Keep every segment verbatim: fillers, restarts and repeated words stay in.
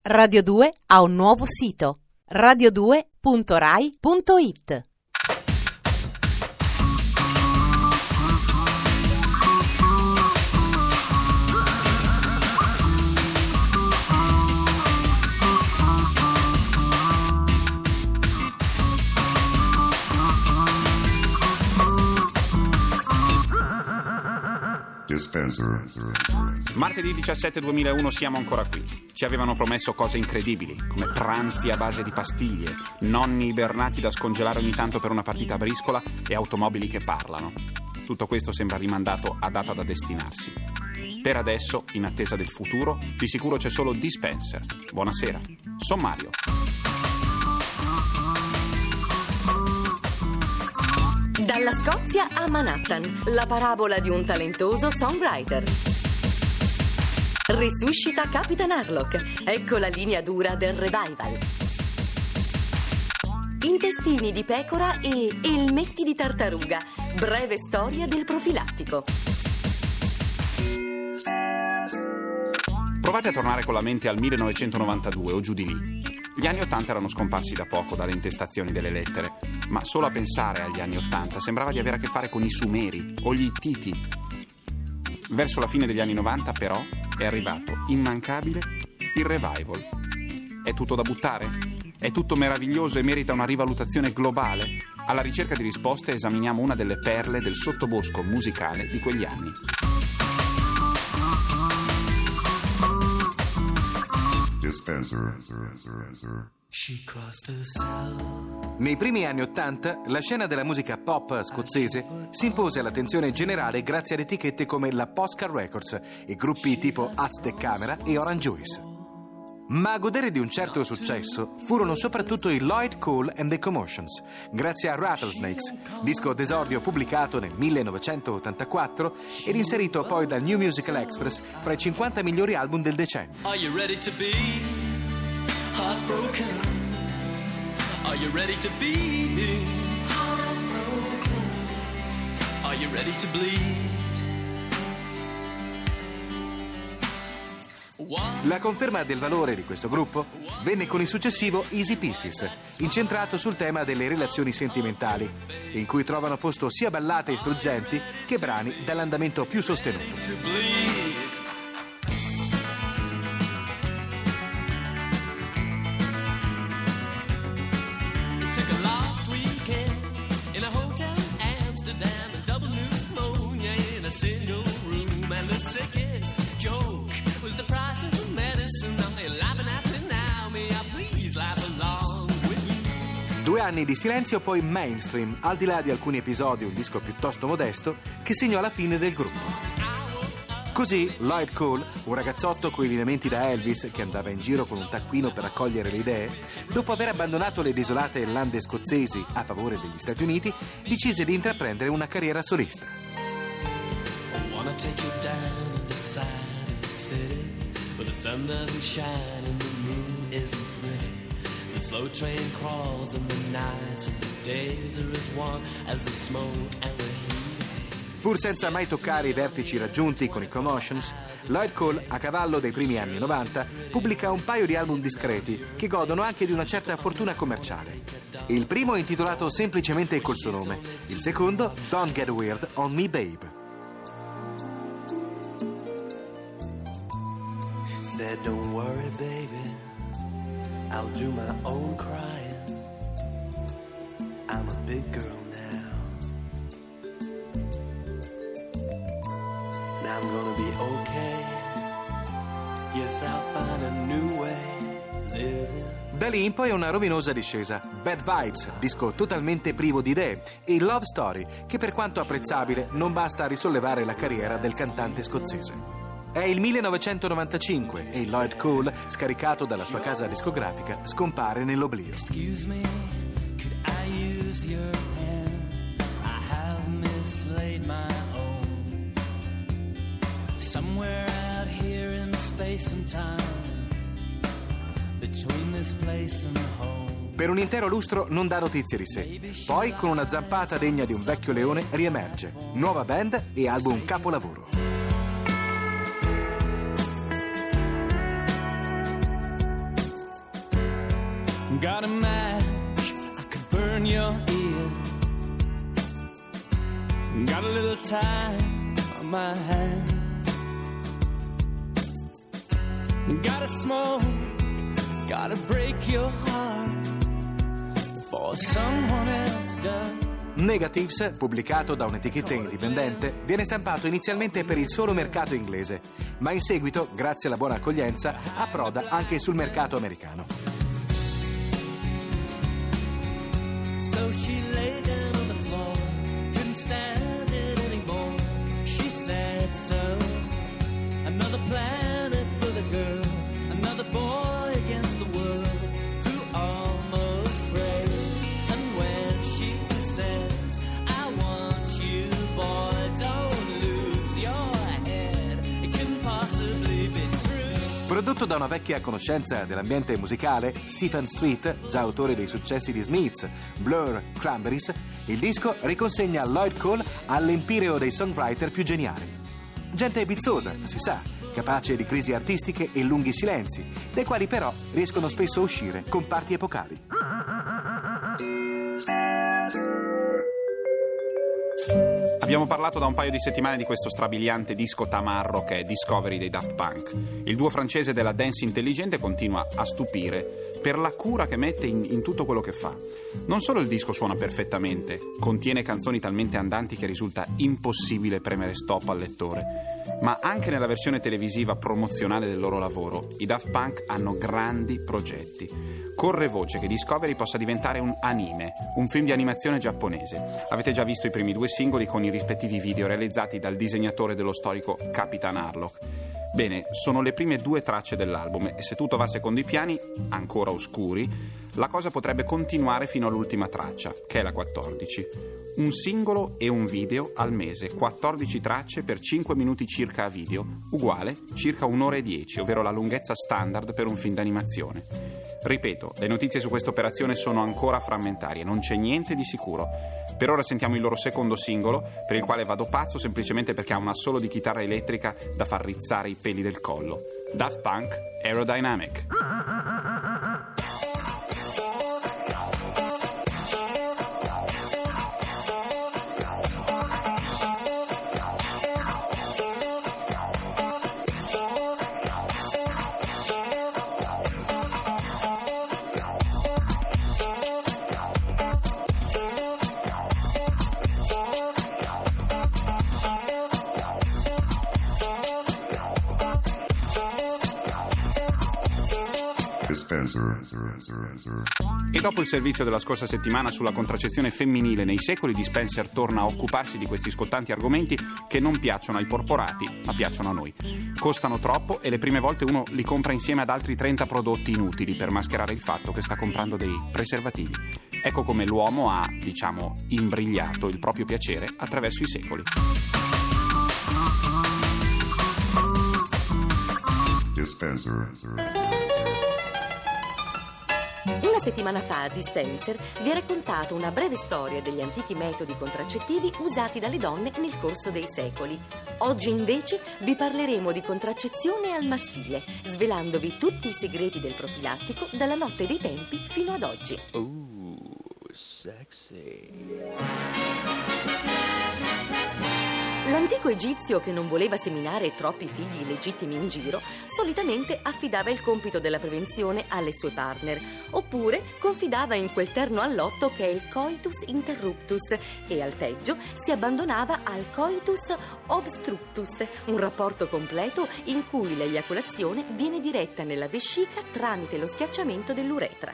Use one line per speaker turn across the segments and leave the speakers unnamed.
Radio due ha un nuovo sito: radio due punto rai punto it.
Martedì diciassette duemilauno siamo ancora qui. Ci avevano promesso cose incredibili, come pranzi a base di pastiglie, nonni ibernati da scongelare ogni tanto per una partita a briscola e automobili che parlano. Tutto questo sembra rimandato a data da destinarsi. Per adesso, in attesa del futuro, di sicuro c'è solo Dispenser. Buonasera, sono Mario.
Dalla Scozia a Manhattan, la parabola di un talentoso songwriter. Risuscita Capitan Harlock, ecco la linea dura del revival. Intestini di pecora e elmetti di tartaruga, breve storia del profilattico.
Provate a tornare con la mente al millenovecentonovantadue o giù di lì. Gli anni Ottanta erano scomparsi da poco dalle intestazioni delle lettere, ma solo a pensare agli anni Ottanta sembrava di avere a che fare con i Sumeri o gli Ittiti. Verso la fine degli anni novanta, però, è arrivato immancabile il revival. È tutto da buttare? È tutto meraviglioso e merita una rivalutazione globale? Alla ricerca di risposte esaminiamo una delle perle del sottobosco musicale di quegli anni.
Nei primi anni Ottanta, la scena della musica pop scozzese si impose all'attenzione generale grazie ad etichette come la Posca Records e gruppi tipo Aztec Camera e Orange Juice. Ma a godere di un certo successo furono soprattutto i Lloyd Cole and the Commotions, grazie a Rattlesnakes, disco d'esordio pubblicato nel millenovecentottantaquattro ed inserito poi dal New Musical Express fra i cinquanta migliori album del decennio.
Are you ready to be heartbroken? Are you ready to be heartbroken? Are you ready to bleed?
La conferma del valore di questo gruppo venne con il successivo Easy Pieces, incentrato sul tema delle relazioni sentimentali, in cui trovano posto sia ballate e struggenti che brani dall'andamento più sostenuto. Due anni di silenzio poi mainstream, al di là di alcuni episodi, un disco piuttosto modesto, che segnò la fine del gruppo. Così Lloyd Cole, un ragazzotto coi lineamenti da Elvis che andava in giro con un taccuino per raccogliere le idee, dopo aver abbandonato le desolate lande scozzesi a favore degli Stati Uniti, decise di intraprendere una carriera solista.
The slow train crawls and the nights and the days are as one as the smoke and the heat.
Pur senza mai toccare i vertici raggiunti con i Commotions, Lloyd Cole, a cavallo dei primi anni novanta, pubblica un paio di album discreti che godono anche di una certa fortuna commerciale. Il primo è intitolato semplicemente col suo nome, il secondo Don't Get Weird on Me Babe.
She said, don't worry baby, I'll do my own crying. I'm a big girl now. Now I'm gonna be okay. Yes, I'll find a new way living.
Da lì in poi è una rovinosa discesa. Bad Vibes, disco totalmente privo di idee, e Love Story, che per quanto apprezzabile non basta a risollevare la carriera del cantante scozzese. È il millenovecentonovantacinque e Lloyd Cole, scaricato dalla sua casa discografica, scompare nell'oblio.
Excuse me, could I use your hand? I have mislaid my own. Somewhere out here in space and time, between this place and home.
Per un intero lustro non dà notizie di sé. Poi, con una zampata degna di un vecchio leone, riemerge. Nuova band e album capolavoro.
Got a match, I could burn your ear. Got a little time on my hand. Gotta smoke, gotta break your heart before someone else does.
Negatives, pubblicato da un'etichetta indipendente, viene stampato inizialmente per il solo mercato inglese, ma in seguito, grazie alla buona accoglienza, approda anche sul mercato americano.
So she lay down on the floor, couldn't stand it anymore. She said so, another planet for the girl, another boy against the world who almost breaks. And when she says, I want you, boy, don't lose your head, it couldn't possibly be true.
Prodotto da una vecchia conoscenza dell'ambiente musicale, Stephen Street, già autore dei successi di Smiths, Blur, Cranberries, il disco riconsegna Lloyd Cole all'empireo dei songwriter più geniali. Gente bizzosa, si sa, capace di crisi artistiche e lunghi silenzi, dai quali però riescono spesso a uscire con parti epocali.
Abbiamo parlato da un paio di settimane di questo strabiliante disco tamarro che è Discovery dei Daft Punk. Il duo francese della dance intelligente continua a stupire per la cura che mette in, in tutto quello che fa. Non solo il disco suona perfettamente, contiene canzoni talmente andanti che risulta impossibile premere stop al lettore, ma anche nella versione televisiva promozionale del loro lavoro i Daft Punk hanno grandi progetti. Corre voce che Discovery possa diventare un anime, un film di animazione giapponese. Avete già visto i primi due singoli con i rispettivi video realizzati dal disegnatore dello storico Capitan Harlock. Bene, sono le prime due tracce dell'album e se tutto va secondo i piani, ancora oscuri, la cosa potrebbe continuare fino all'ultima traccia, che è la quattordici. Un singolo e un video al mese, quattordici tracce per cinque minuti circa a video, uguale circa un'ora e dieci, ovvero la lunghezza standard per un film d'animazione. Ripeto, le notizie su questa operazione sono ancora frammentarie, non c'è niente di sicuro. Per ora sentiamo il loro secondo singolo, per il quale vado pazzo semplicemente perché ha un assolo di chitarra elettrica da far rizzare i peli del collo. Daft Punk, Aerodynamic. E dopo il servizio della scorsa settimana sulla contraccezione femminile nei secoli, di Spencer torna a occuparsi di questi scottanti argomenti che non piacciono ai porporati, ma piacciono a noi. Costano troppo e le prime volte uno li compra insieme ad altri trenta prodotti inutili per mascherare il fatto che sta comprando dei preservativi. Ecco come l'uomo ha, diciamo, imbrigliato il proprio piacere attraverso i secoli.
Dispenser. Una settimana fa a Dispenser vi ha raccontato una breve storia degli antichi metodi contraccettivi usati dalle donne nel corso dei secoli. Oggi invece vi parleremo di contraccezione al maschile, svelandovi tutti i segreti del profilattico dalla notte dei tempi fino ad oggi.
Ooh, sexy.
L'antico egizio, che non voleva seminare troppi figli illegittimi in giro, solitamente affidava il compito della prevenzione alle sue partner, oppure confidava in quel terno all'otto che è il coitus interruptus e, al peggio, si abbandonava al coitus obstructus, un rapporto completo in cui l'eiaculazione viene diretta nella vescica tramite lo schiacciamento dell'uretra.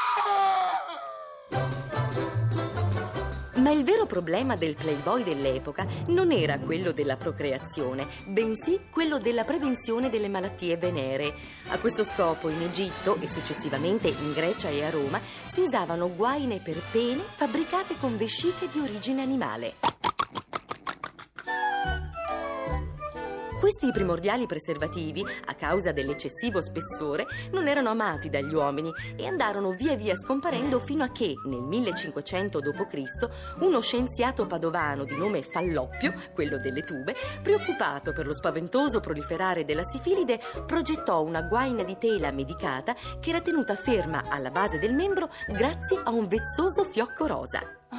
Ma il vero problema del playboy dell'epoca non era quello della procreazione, bensì quello della prevenzione delle malattie veneree. A questo scopo in Egitto e successivamente in Grecia e a Roma si usavano guaine per pene fabbricate con vesciche di origine animale. Questi primordiali preservativi, a causa dell'eccessivo spessore, non erano amati dagli uomini e andarono via via scomparendo fino a che, nel millecinquecento dopo Cristo, uno scienziato padovano di nome Falloppio, quello delle tube, preoccupato per lo spaventoso proliferare della sifilide, progettò una guaina di tela medicata che era tenuta ferma alla base del membro grazie a un vezzoso fiocco rosa.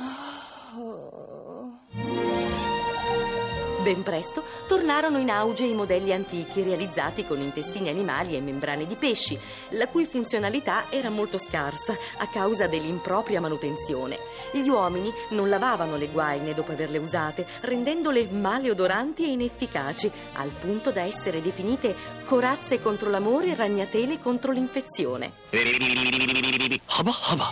Ben presto tornarono in auge i modelli antichi realizzati con intestini animali e membrane di pesci, la cui funzionalità era molto scarsa a causa dell'impropria manutenzione. Gli uomini non lavavano le guaine dopo averle usate, rendendole maleodoranti e inefficaci, al punto da essere definite corazze contro l'amore e ragnatele contro l'infezione.
Hubba hubba.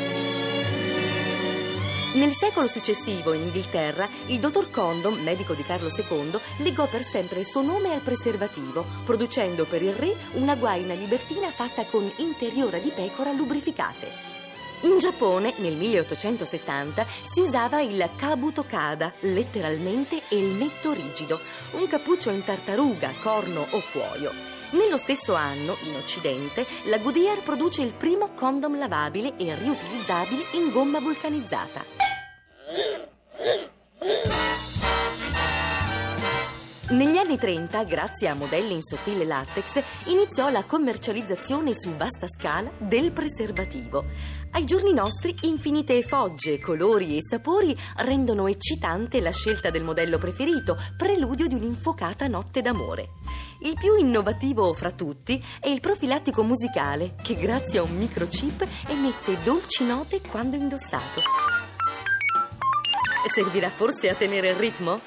Nel secolo successivo, in Inghilterra, il dottor Condom, medico di Carlo secondo, legò per sempre il suo nome al preservativo, producendo per il re una guaina libertina fatta con interiora di pecora lubrificate. In Giappone, nel milleottocentosettanta, si usava il kabutokada, letteralmente elmetto rigido, un cappuccio in tartaruga, corno o cuoio. Nello stesso anno, in Occidente, la Goodyear produce il primo condom lavabile e riutilizzabile in gomma vulcanizzata. Negli anni trenta, grazie a modelli in sottile latex, iniziò la commercializzazione su vasta scala del preservativo. Ai giorni nostri, infinite fogge, colori e sapori rendono eccitante la scelta del modello preferito, preludio di un'infocata notte d'amore. Il più innovativo fra tutti è il profilattico musicale, che grazie a un microchip emette dolci note quando indossato. Servirà forse a tenere il ritmo?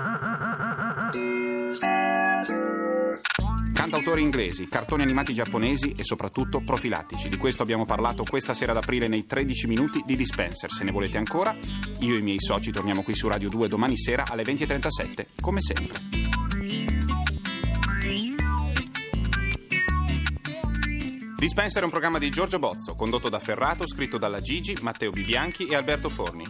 Cantautori inglesi, cartoni animati giapponesi e soprattutto profilattici. Di questo abbiamo parlato questa sera d'aprile nei tredici minuti di Dispenser. Se ne volete ancora, io e i miei soci torniamo qui su Radio due domani sera alle venti e trentasette, come sempre. Dispenser è un programma di Giorgio Bozzo, condotto da Ferrato, scritto dalla Gigi, Matteo Bibianchi e Alberto Forni.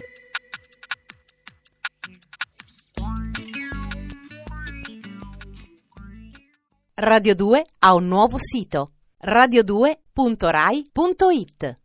Radio due ha un nuovo sito: radio due punto rai punto it.